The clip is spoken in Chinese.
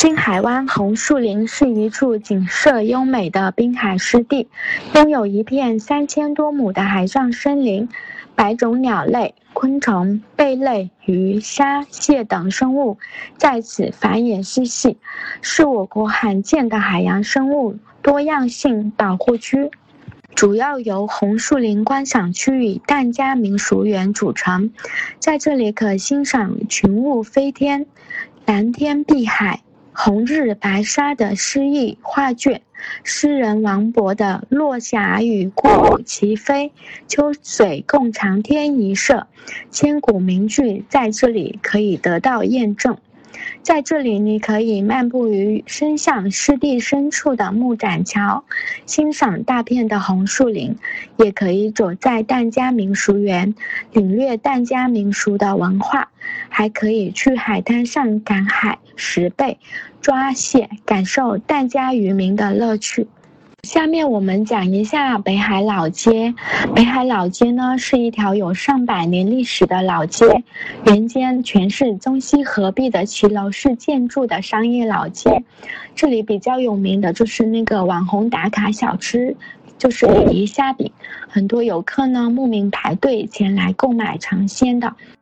滨海湾红树林是一处景色优美的滨海湿地，拥有一片3000多亩的海上森林，百种鸟类、昆虫、贝类、鱼、虾、蟹等生物在此繁衍嬉戏，是我国罕见的海洋生物多样性保护区。主要由红树林观赏区与疍家民俗园组成，在这里可欣赏群雾飞天、蓝天碧海、红日白沙的诗意画卷，诗人王勃的落霞与过午齐飞，秋水共长天一色，千古名句在这里可以得到验证。在这里你可以漫步于伸向湿地深处的木栈桥，欣赏大片的红树林，也可以走在疍家民俗园，领略疍家民俗的文化，还可以去海滩上赶海、拾贝、抓蟹，感受疍家渔民的乐趣。下面我们讲一下北海老街。北海老街呢，是一条有上百年历史的老街，原先全是中西合璧的骑楼式建筑的商业老街。这里比较有名的就是那个网红打卡小吃，就是鲤鱼虾饼，很多游客呢慕名排队前来购买尝鲜的。